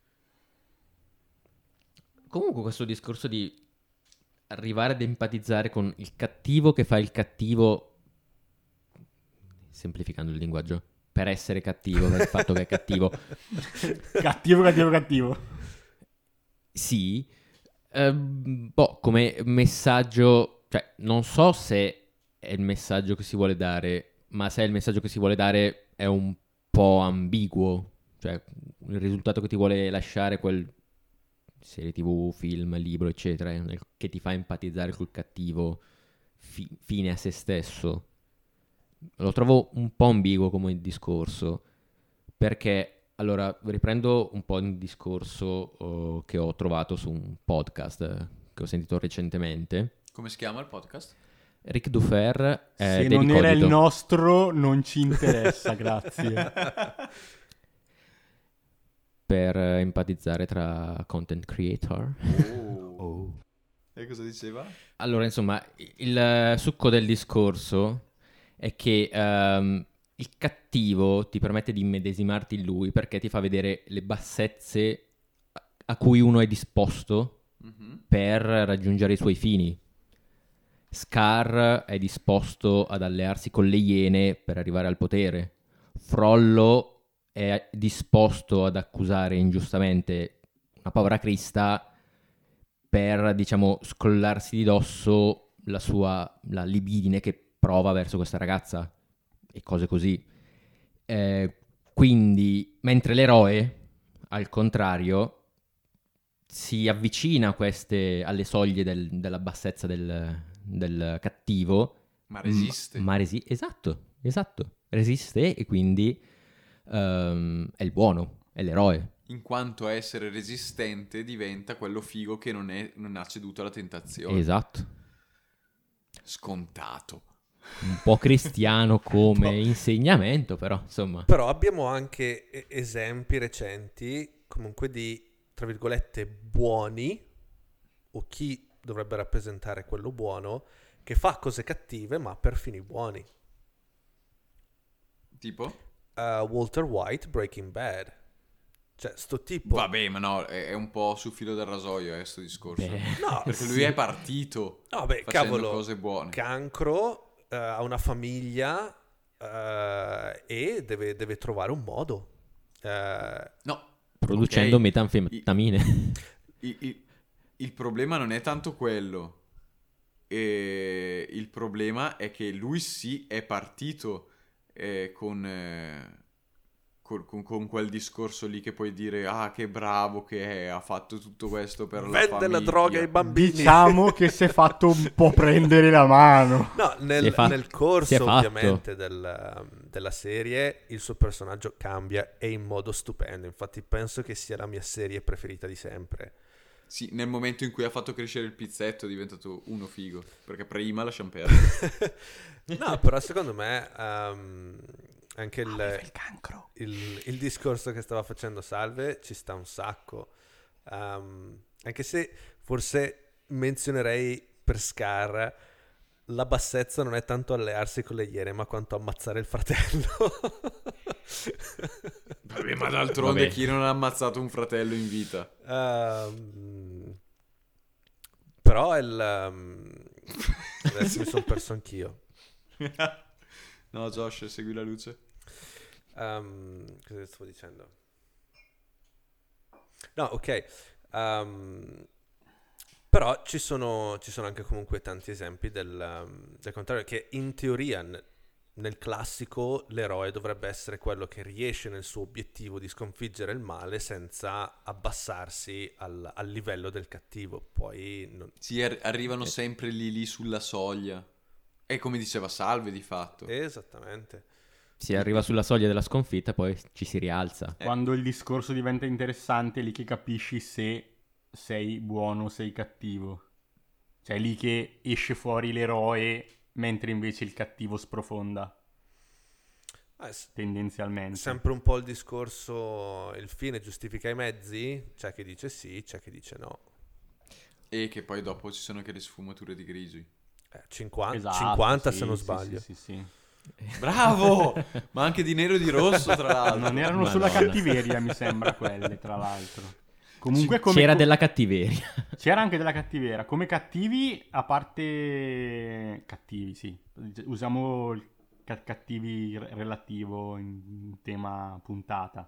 Comunque questo discorso di arrivare ad empatizzare con il cattivo che fa il cattivo, semplificando il linguaggio, per essere cattivo, per il fatto che è cattivo. cattivo, cattivo, cattivo. Sì, ehm, boh, come messaggio, cioè non so se è il messaggio che si vuole dare, ma se è il messaggio che si vuole dare è un po' ambiguo, cioè il risultato che ti vuole lasciare quel serie tv, film, libro, eccetera, è nel- che ti fa empatizzare col cattivo fi- fine a se stesso. Lo trovo un po' ambiguo come discorso, perché allora riprendo un po' il discorso oh, che ho trovato su un podcast eh, che ho sentito recentemente. Come si chiama il podcast? Ric Dufer è Se Daily non era il Cogito. nostro, non ci interessa, grazie. Per eh, empatizzare tra content creator. Oh. E cosa diceva? Allora, insomma, il eh, succo del discorso è che ehm, il cattivo ti permette di immedesimarti in lui perché ti fa vedere le bassezze a- a cui uno è disposto Mhm. per raggiungere i suoi fini. Scar è disposto ad allearsi con le Iene per arrivare al potere. Frollo è disposto ad accusare ingiustamente una povera Crista per, diciamo, scollarsi di dosso la sua la libidine che prova verso questa ragazza e cose così. Eh, quindi, mentre l'eroe, al contrario, si avvicina a queste, alle soglie del- della bassezza del, del cattivo, Ma resiste. ma resi- esatto, esatto, resiste e quindi ehm, è il buono, è l'eroe. In quanto a essere resistente diventa quello figo che non, è, non ha ceduto alla tentazione. Esatto. Scontato. Un po' cristiano come Po'. insegnamento, però insomma. Però abbiamo anche e- esempi recenti, comunque di, tra virgolette, buoni, o chi dovrebbe rappresentare quello buono, che fa cose cattive ma per fini buoni. Tipo? Uh, Walter White, Breaking Bad. Cioè, sto tipo... Vabbè, ma no, è, è un po' sul filo del rasoio, eh, sto discorso. Beh, No, Perché sì. lui è partito No, beh, facendo cavolo, cose buone. cancro, eh, ha una famiglia eh, e deve, deve trovare un modo. Eh, No, producendo ok. metanfetamine. Il, il- il problema non è tanto quello. E il problema è che lui sì è partito eh, con, eh, con, con- con quel discorso lì che puoi dire ah che bravo che è, ha fatto tutto questo per la vende famiglia. la droga ai bambini. Diciamo che si è fatto un po' prendere la mano. No, nel, Si è fatto- nel si è corso fatto. ovviamente del- della serie il suo personaggio cambia e in modo stupendo. Infatti penso che sia la mia serie preferita di sempre. Sì, nel momento in cui ha fatto crescere il pizzetto è diventato uno figo. Perché prima lasciamo perdere. No, però secondo me ehm, anche il, il cancro. il, il discorso che stava facendo Salve ci sta un sacco. Ehm, anche se forse menzionerei per Scar la bassezza non è tanto allearsi con le Iene ma quanto ammazzare il fratello. Vabbè, ma d'altronde Vabbè. chi non ha ammazzato un fratello in vita? Ehm, però è il ehm, adesso mi sono perso anch'io. No, Josh, segui la luce. Ehm, cosa stavo dicendo? No, ok. Ehm, però ci sono, ci sono anche comunque tanti esempi del, ehm, del contrario, che in teoria n- nel classico l'eroe dovrebbe essere quello che riesce nel suo obiettivo di sconfiggere il male senza abbassarsi al, al livello del cattivo. Poi non... Sì, ar- arrivano sempre lì lì sulla soglia. È come diceva Salve di fatto. Esattamente. Si arriva sulla soglia della sconfitta, poi ci si rialza. Quando il discorso diventa interessante è lì che capisci se sei buono o sei cattivo. Cioè è lì che esce fuori l'eroe mentre invece il cattivo sprofonda. Ah, s- Tendenzialmente. sempre un po' il discorso, il fine giustifica i mezzi, c'è chi dice sì, c'è chi dice no. E che poi dopo ci sono anche le sfumature di grigi. Eh, cinquanta, Esatto, cinquanta sì, se non sì, sbaglio. Sì, sì, sì. Bravo! Ma anche di nero e di rosso, tra l'altro. Non erano Madonna. sulla cattiveria, mi sembra, quelle, tra l'altro. Comunque come C'era co- della cattiveria. C'era anche della cattiveria. Come cattivi, a parte... Cattivi, sì. Usiamo il ca- cattivi re- relativo in tema puntata.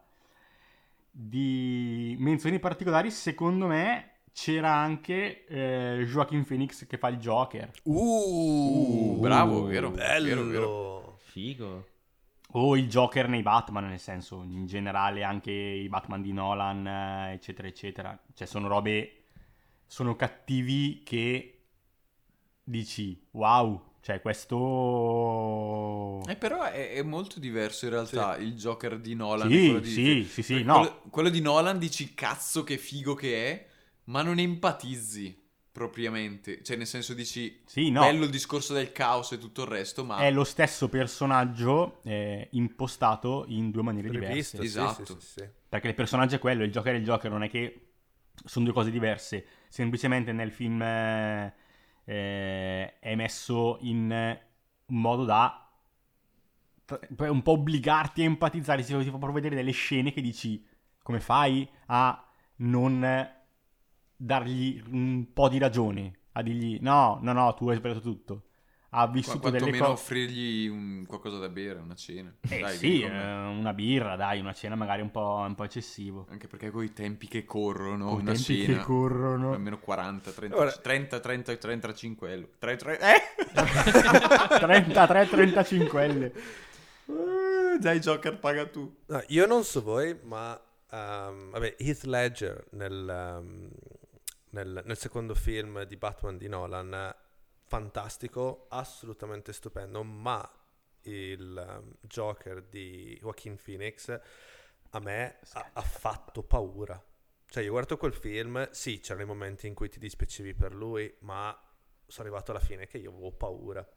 Di menzioni particolari, secondo me, c'era anche eh, Joaquin Phoenix che fa il Joker. Uh, Uh, bravo, vero, bello. vero, vero. Figo. O il Joker nei Batman, nel senso, in generale anche i Batman di Nolan, eh, eccetera, eccetera. Cioè, sono robe, sono cattivi che dici, wow, cioè questo... Eh, però è, è molto diverso in realtà il Joker di Nolan. e Sì, quello di... sì, sì, sì, quello, no. quello di Nolan dici cazzo che figo che è, ma non empatizzi propriamente. Cioè nel senso dici Sì, no. bello il discorso del caos e tutto il resto, ma... È lo stesso personaggio eh, impostato in due maniere Rivisto, diverse. sì, Esatto. sì, sì, sì. Perché il personaggio è quello, il Joker è il Joker, non è che sono due cose diverse. Semplicemente nel film eh, eh, è messo in un modo da per un po' obbligarti a empatizzare. Ti fa ti fa proprio vedere delle scene che dici, come fai a non dargli un po' di ragione? A dirgli, no, no, no, tu hai sbagliato tutto. Ha Qu- vissuto delle quantomeno cose... offrirgli un- qualcosa da bere, una cena. Eh Dai, sì, vieni con me. eh, una birra, dai, una cena magari un po', un po' eccessivo. Anche perché con i tempi che corrono, Con i una tempi cena... che corrono. Almeno quaranta, trenta, Ora- trenta, trenta, trentacinque euro. tre, tre, eh? trentatré trentacinque L. Eh, Già i Joker paga tu. No, io non so voi, ma ehm, vabbè, Heath Ledger nel, ehm, nel, nel secondo film di Batman di Nolan, fantastico, assolutamente stupendo, ma il ehm, Joker di Joaquin Phoenix a me ha, ha fatto paura. Cioè io guardo quel film, sì, c'erano i momenti in cui ti dispiacevi per lui, ma sono arrivato alla fine che io avevo paura.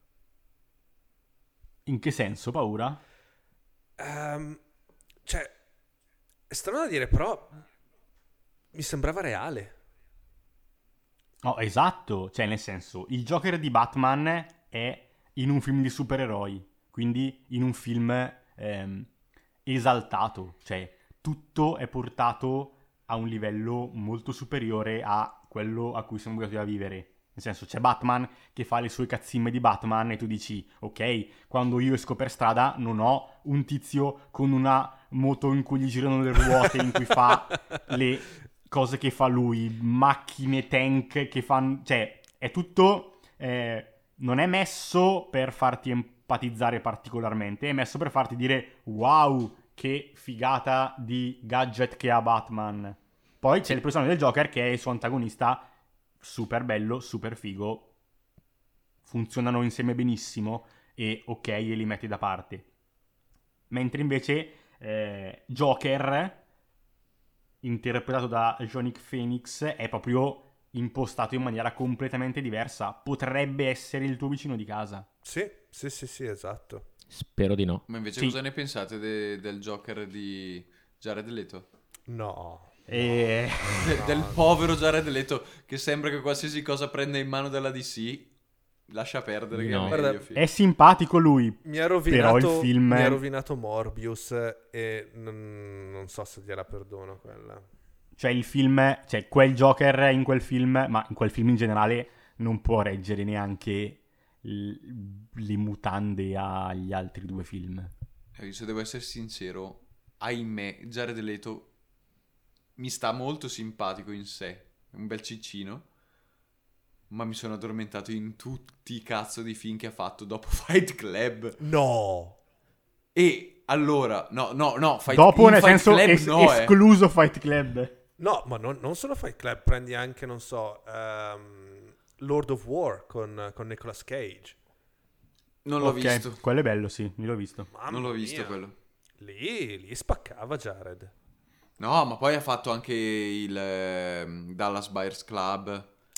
In che senso, paura? Ehm, cioè, è strano da dire, però mi sembrava reale. No, esatto, cioè nel senso, il Joker di Batman è in un film di supereroi, quindi in un film ehm, esaltato, cioè tutto è portato a un livello molto superiore a quello a cui siamo abituati a vivere. Nel senso, c'è Batman che fa le sue cazzime di Batman e tu dici, ok, quando io esco per strada non ho un tizio con una moto in cui gli girano le ruote, in cui fa le cose che fa lui, macchine, tank che fanno... Cioè, è tutto... Eh, non è messo per farti empatizzare particolarmente, è messo per farti dire, wow, che figata di gadget che ha Batman. Poi c'è il personaggio del Joker che è il suo antagonista, super bello, super figo, funzionano insieme benissimo e ok, e li metti da parte. Mentre invece eh, Joker, interpretato da Joaquin Phoenix, è proprio impostato in maniera completamente diversa. Potrebbe essere il tuo vicino di casa. Sì, sì, sì, sì, esatto. Spero di no. Ma invece Sì. cosa ne pensate de- del Joker di Jared Leto? No. E... De- del povero Jared Leto che sembra che qualsiasi cosa prenda in mano dalla D C lascia perdere che No. è meglio. Guarda, film. È simpatico lui. Mi ha rovinato, Però il film mi è- ha rovinato Morbius e non, non so se gliela perdono quella. Cioè il film, cioè quel Joker in quel film, ma in quel film in generale non può reggere neanche l- le mutande agli altri due film. Eh, se devo essere sincero, ahimè, Jared Leto mi sta molto simpatico in sé, è un bel ciccino, ma mi sono addormentato in tutti i cazzo di film che ha fatto dopo Fight Club. No! E allora, no, no, no, Fight, Dopo, in nel Fight senso, Club es- no, eh. escluso Fight Club. No, ma non, non solo Fight Club, prendi anche, non so, ehm, Lord of War con, con Nicolas Cage. Non l'ho Ok, visto. quello è bello, sì, io l'ho visto. Mamma Non l'ho visto mia. quello. Lì, lì spaccava Jared. No, ma poi ha fatto anche il ehm, Dallas Buyers Club.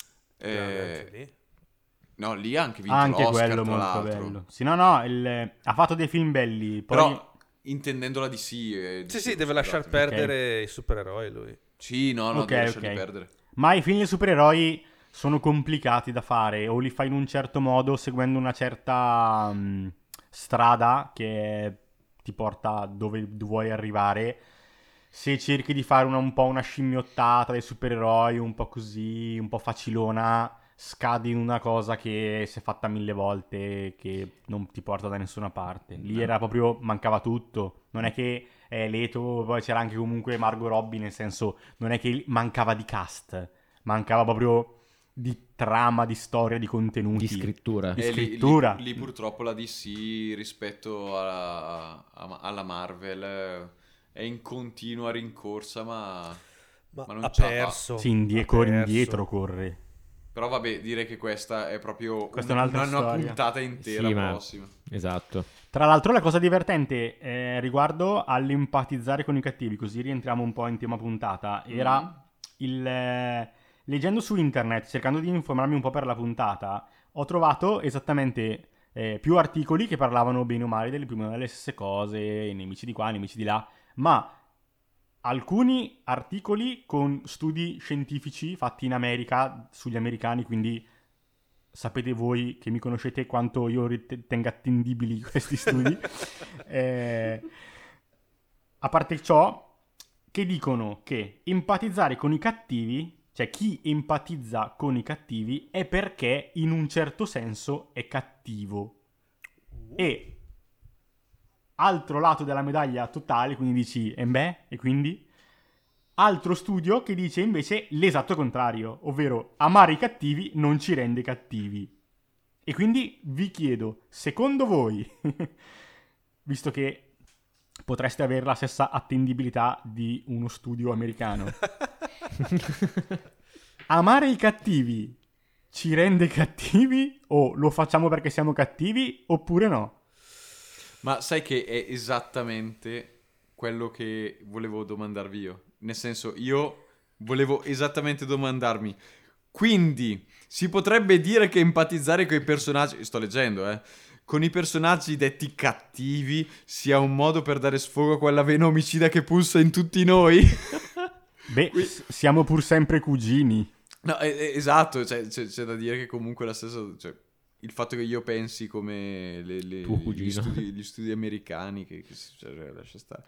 Grande Eh, anche lì. no, lì ha anche vinto Anche l'Oscar, quello tra molto l'altro. bello. Sì, no, no, il- ha fatto dei film belli. Poi... Però, intendendola di sì. eh, Sì, dicevo, sì, deve lasciar scusate. perdere i supereroi lui. Sì, no, no, Ok, deve lasciarli ok. perdere. Ma i film di supereroi sono complicati da fare, o li fai in un certo modo, seguendo una certa mh, strada che ti porta dove vuoi arrivare. Se cerchi di fare una- un po' una scimmiottata dei supereroi, un po' così, un po' facilona, scadi in una cosa che si è fatta mille volte, che non ti porta da nessuna parte. Lì era proprio, mancava tutto. Non è che è Leto, poi c'era anche comunque Margot Robbie, nel senso, non è che mancava di cast, mancava proprio di trama, di storia, di contenuti. Di scrittura. Di E lì- scrittura. Lì, lì purtroppo la D C rispetto alla, a- alla Marvel eh, è in continua rincorsa, ma... Ma, Ma non ha ce la fa. perso. Sì, indie- ha corre perso. indietro corre. Però vabbè, direi che questa è proprio Questa è una, un'altra una- una storia. puntata intera Sì, ma- prossima. Esatto. Tra l'altro la cosa divertente eh, riguardo all'empatizzare con i cattivi, così rientriamo un po' in tema puntata, era Mm. il... eh, leggendo su internet, cercando di informarmi un po' per la puntata, ho trovato esattamente eh, più articoli che parlavano bene o male delle più o meno delle stesse cose, i nemici di qua, i nemici di là, ma alcuni articoli con studi scientifici fatti in America sugli americani, quindi sapete voi che mi conoscete quanto io ritenga attendibili questi studi. Eh, a parte ciò, che dicono che empatizzare con i cattivi, cioè chi empatizza con i cattivi, è perché in un certo senso è cattivo. E altro lato della medaglia totale, quindi dici, e beh, e quindi? Altro studio che dice invece l'esatto contrario, ovvero amare i cattivi non ci rende cattivi. E quindi vi chiedo, secondo voi, visto che potreste avere la stessa attendibilità di uno studio americano, amare i cattivi ci rende cattivi o lo facciamo perché siamo cattivi oppure no? Ma sai che è esattamente quello che volevo domandarvi io. Nel senso, io volevo esattamente domandarmi, quindi si potrebbe dire che empatizzare con i personaggi, sto leggendo, eh, con i personaggi detti cattivi sia un modo per dare sfogo a quella vena omicida che pulsa in tutti noi? Beh, s- siamo pur sempre cugini. No, eh, eh, esatto, cioè, c'è, c'è da dire che comunque la stessa, cioè, il fatto che io pensi come le, le- Tuo gli, cugino. studi, gli studi americani, che, che si- cioè, lascia stare.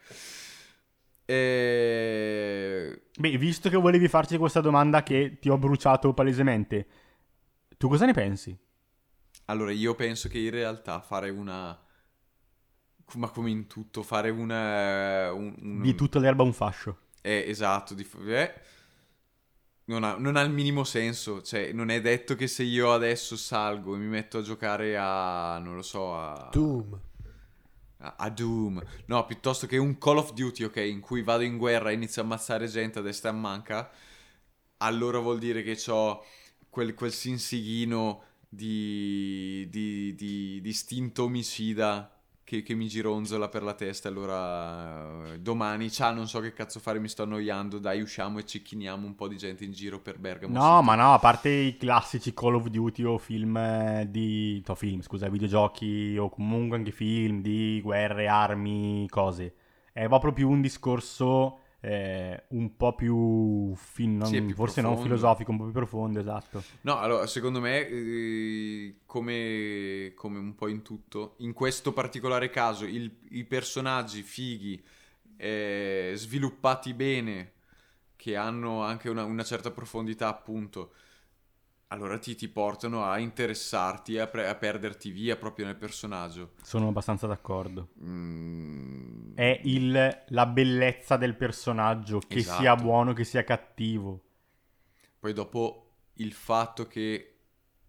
E... Beh, visto che volevi farci questa domanda che ti ho bruciato palesemente, tu cosa ne pensi? Allora, io penso che in realtà fare una... Ma come in tutto, fare una... Un, un- Di tutta l'erba un fascio. Eh, esatto, di... eh, non ha, non ha il minimo senso. Cioè, non è detto che se io adesso salgo e mi metto a giocare a... non lo so, a... Doom. a a Doom, no, piuttosto che un Call of Duty, ok, in cui vado in guerra e inizio a ammazzare gente a destra e a manca, allora vuol dire che ho quel, quel sinsighino di, di, di, di istinto omicida che, che mi gironzola per la testa. Allora eh, domani, ciao, non so che cazzo fare, mi sto annoiando, dai, usciamo e cecchiniamo un po' di gente in giro per Bergamo No, City. ma no, a parte i classici Call of Duty o film eh, di... no, film, scusa, videogiochi o comunque anche film di guerre, armi, cose. È proprio più un discorso eh, un po' più, fin- non- Sì, è più forse non profondo. filosofico, un po' più profondo, esatto. No, allora, secondo me, eh, come, come un po' in tutto, in questo particolare caso, il- i personaggi fighi, eh, sviluppati bene, che hanno anche una, una certa profondità, appunto, allora ti, ti portano a interessarti e a, pre- a perderti via proprio nel personaggio. Sono abbastanza d'accordo. Mm, È il, la bellezza del personaggio, che Esatto. sia buono, che sia cattivo. Poi dopo il fatto che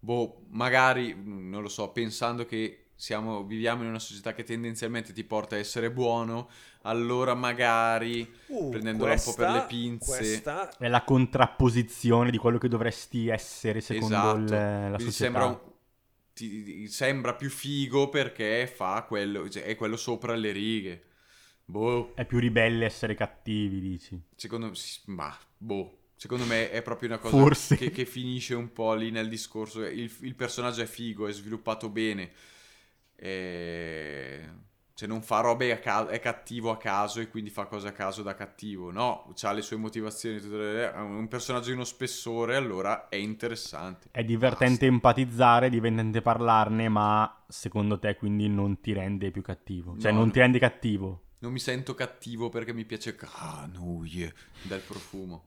boh, magari, non lo so, pensando che siamo, viviamo in una società che tendenzialmente ti porta a essere buono, allora magari, Uh, prendendola un po' per le questa- pinze... Questa È la contrapposizione di quello che dovresti essere secondo Esatto, il- la quindi società. sembra, un- ti- ti- sembra più figo perché fa quello, cioè, è quello sopra le righe. Boh, È più ribelle essere cattivi, dici. secondo, ma, boh, secondo me è proprio una cosa Forse. che, che finisce un po' lì nel discorso. Il, il personaggio è figo, è sviluppato bene, e... cioè non fa robe a caso, è cattivo a caso e quindi fa cose a caso da cattivo. No, ha le sue motivazioni, tutte le- è un personaggio di uno spessore, allora è interessante. È divertente empatizzare, è divertente parlarne, ma secondo te quindi non ti rende più cattivo. Cioè No, non no. ti rende cattivo. Non mi sento cattivo perché mi piace Kanuye dal profumo.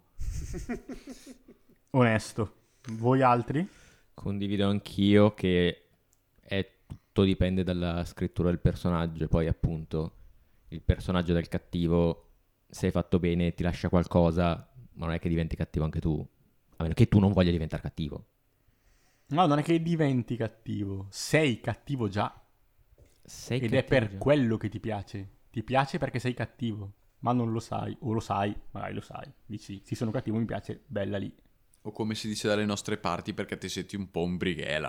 Onesto. Voi altri? Condivido anch'io che è, tutto dipende dalla scrittura del personaggio. Poi appunto il personaggio del cattivo, se è fatto bene, ti lascia qualcosa, ma non è che diventi cattivo anche tu. A meno che tu non voglia diventare cattivo. No, non è che diventi cattivo. Sei cattivo già. Sei Ed è per cattivo. quello che ti piace. Ti piace perché sei cattivo. Ma non lo sai. O lo sai. Magari lo sai. Dici, sì, sono cattivo, mi piace. Bella lì. O come si dice dalle nostre parti, perché ti senti un po' un brighela.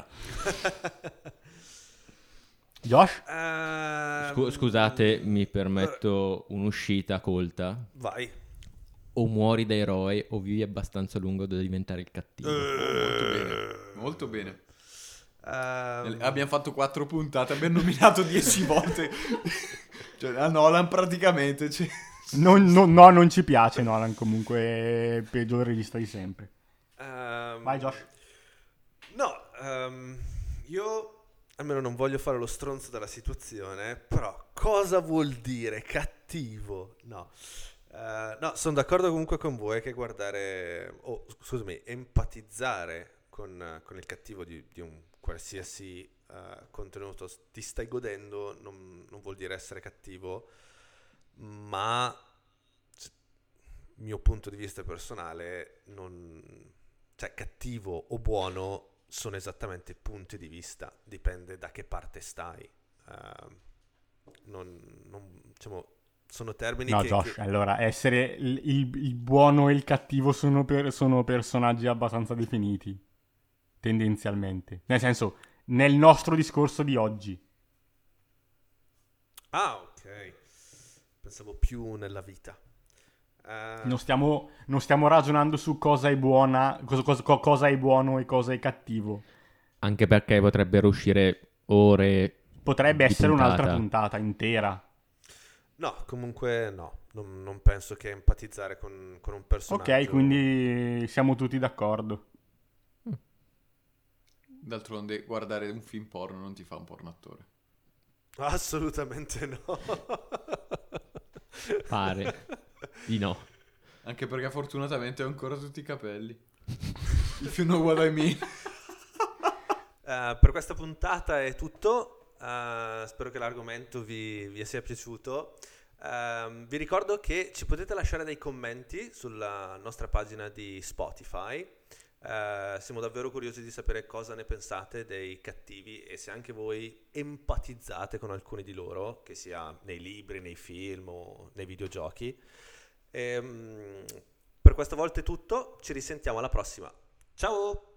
Josh? Ehm, Scu- scusate, mi permetto un'uscita colta. Vai. O muori da eroe o vivi abbastanza lungo da diventare il cattivo. Molto bene, molto bene. Ehm, Abbiamo fatto quattro puntate, abbiamo nominato dieci volte. Cioè, a Nolan praticamente. Cioè... Non- no, no, non ci piace Nolan comunque. È il peggior regista di sempre. ehm, Vai Josh. No, ehm, io almeno non voglio fare lo stronzo della situazione, però cosa vuol dire cattivo? No. Eh, no, sono d'accordo comunque con voi che guardare, o scusami, empatizzare con, con il cattivo di, di un qualsiasi eh, contenuto ti stai godendo non, non vuol dire essere cattivo, ma s- mio punto di vista personale, non, cioè cattivo o buono sono esattamente punti di vista, dipende da che parte stai. Eh, non, non- diciamo, sono termini No, che, Josh, che- allora, essere il, il- il buono e il cattivo sono, per- sono personaggi abbastanza definiti, tendenzialmente. Nel senso, nel nostro discorso di oggi. Ah, ok. Pensavo più nella vita. Eh, Non stiamo, non stiamo ragionando su cosa è buona, cosa, cosa- co- cosa è buono e cosa è cattivo. Anche perché potrebbero uscire ore. Potrebbe di essere un'altra puntata. puntata intera. No, comunque no. Non, non penso che empatizzare con, con un personaggio... Ok, quindi siamo tutti d'accordo. D'altronde guardare un film porno non ti fa un porno attore. Assolutamente no. Pare di no. Anche perché fortunatamente ho ancora tutti i capelli. If you know what I mean. Eh, per questa puntata è tutto. Eh, spero che l'argomento vi, vi sia piaciuto. Ehm, vi ricordo che ci potete lasciare dei commenti sulla nostra pagina di Spotify. Eh, siamo davvero curiosi di sapere cosa ne pensate dei cattivi e se anche voi empatizzate con alcuni di loro, che sia nei libri, nei film o nei videogiochi. Ehm, per questa volta è tutto, ci risentiamo alla prossima. Ciao!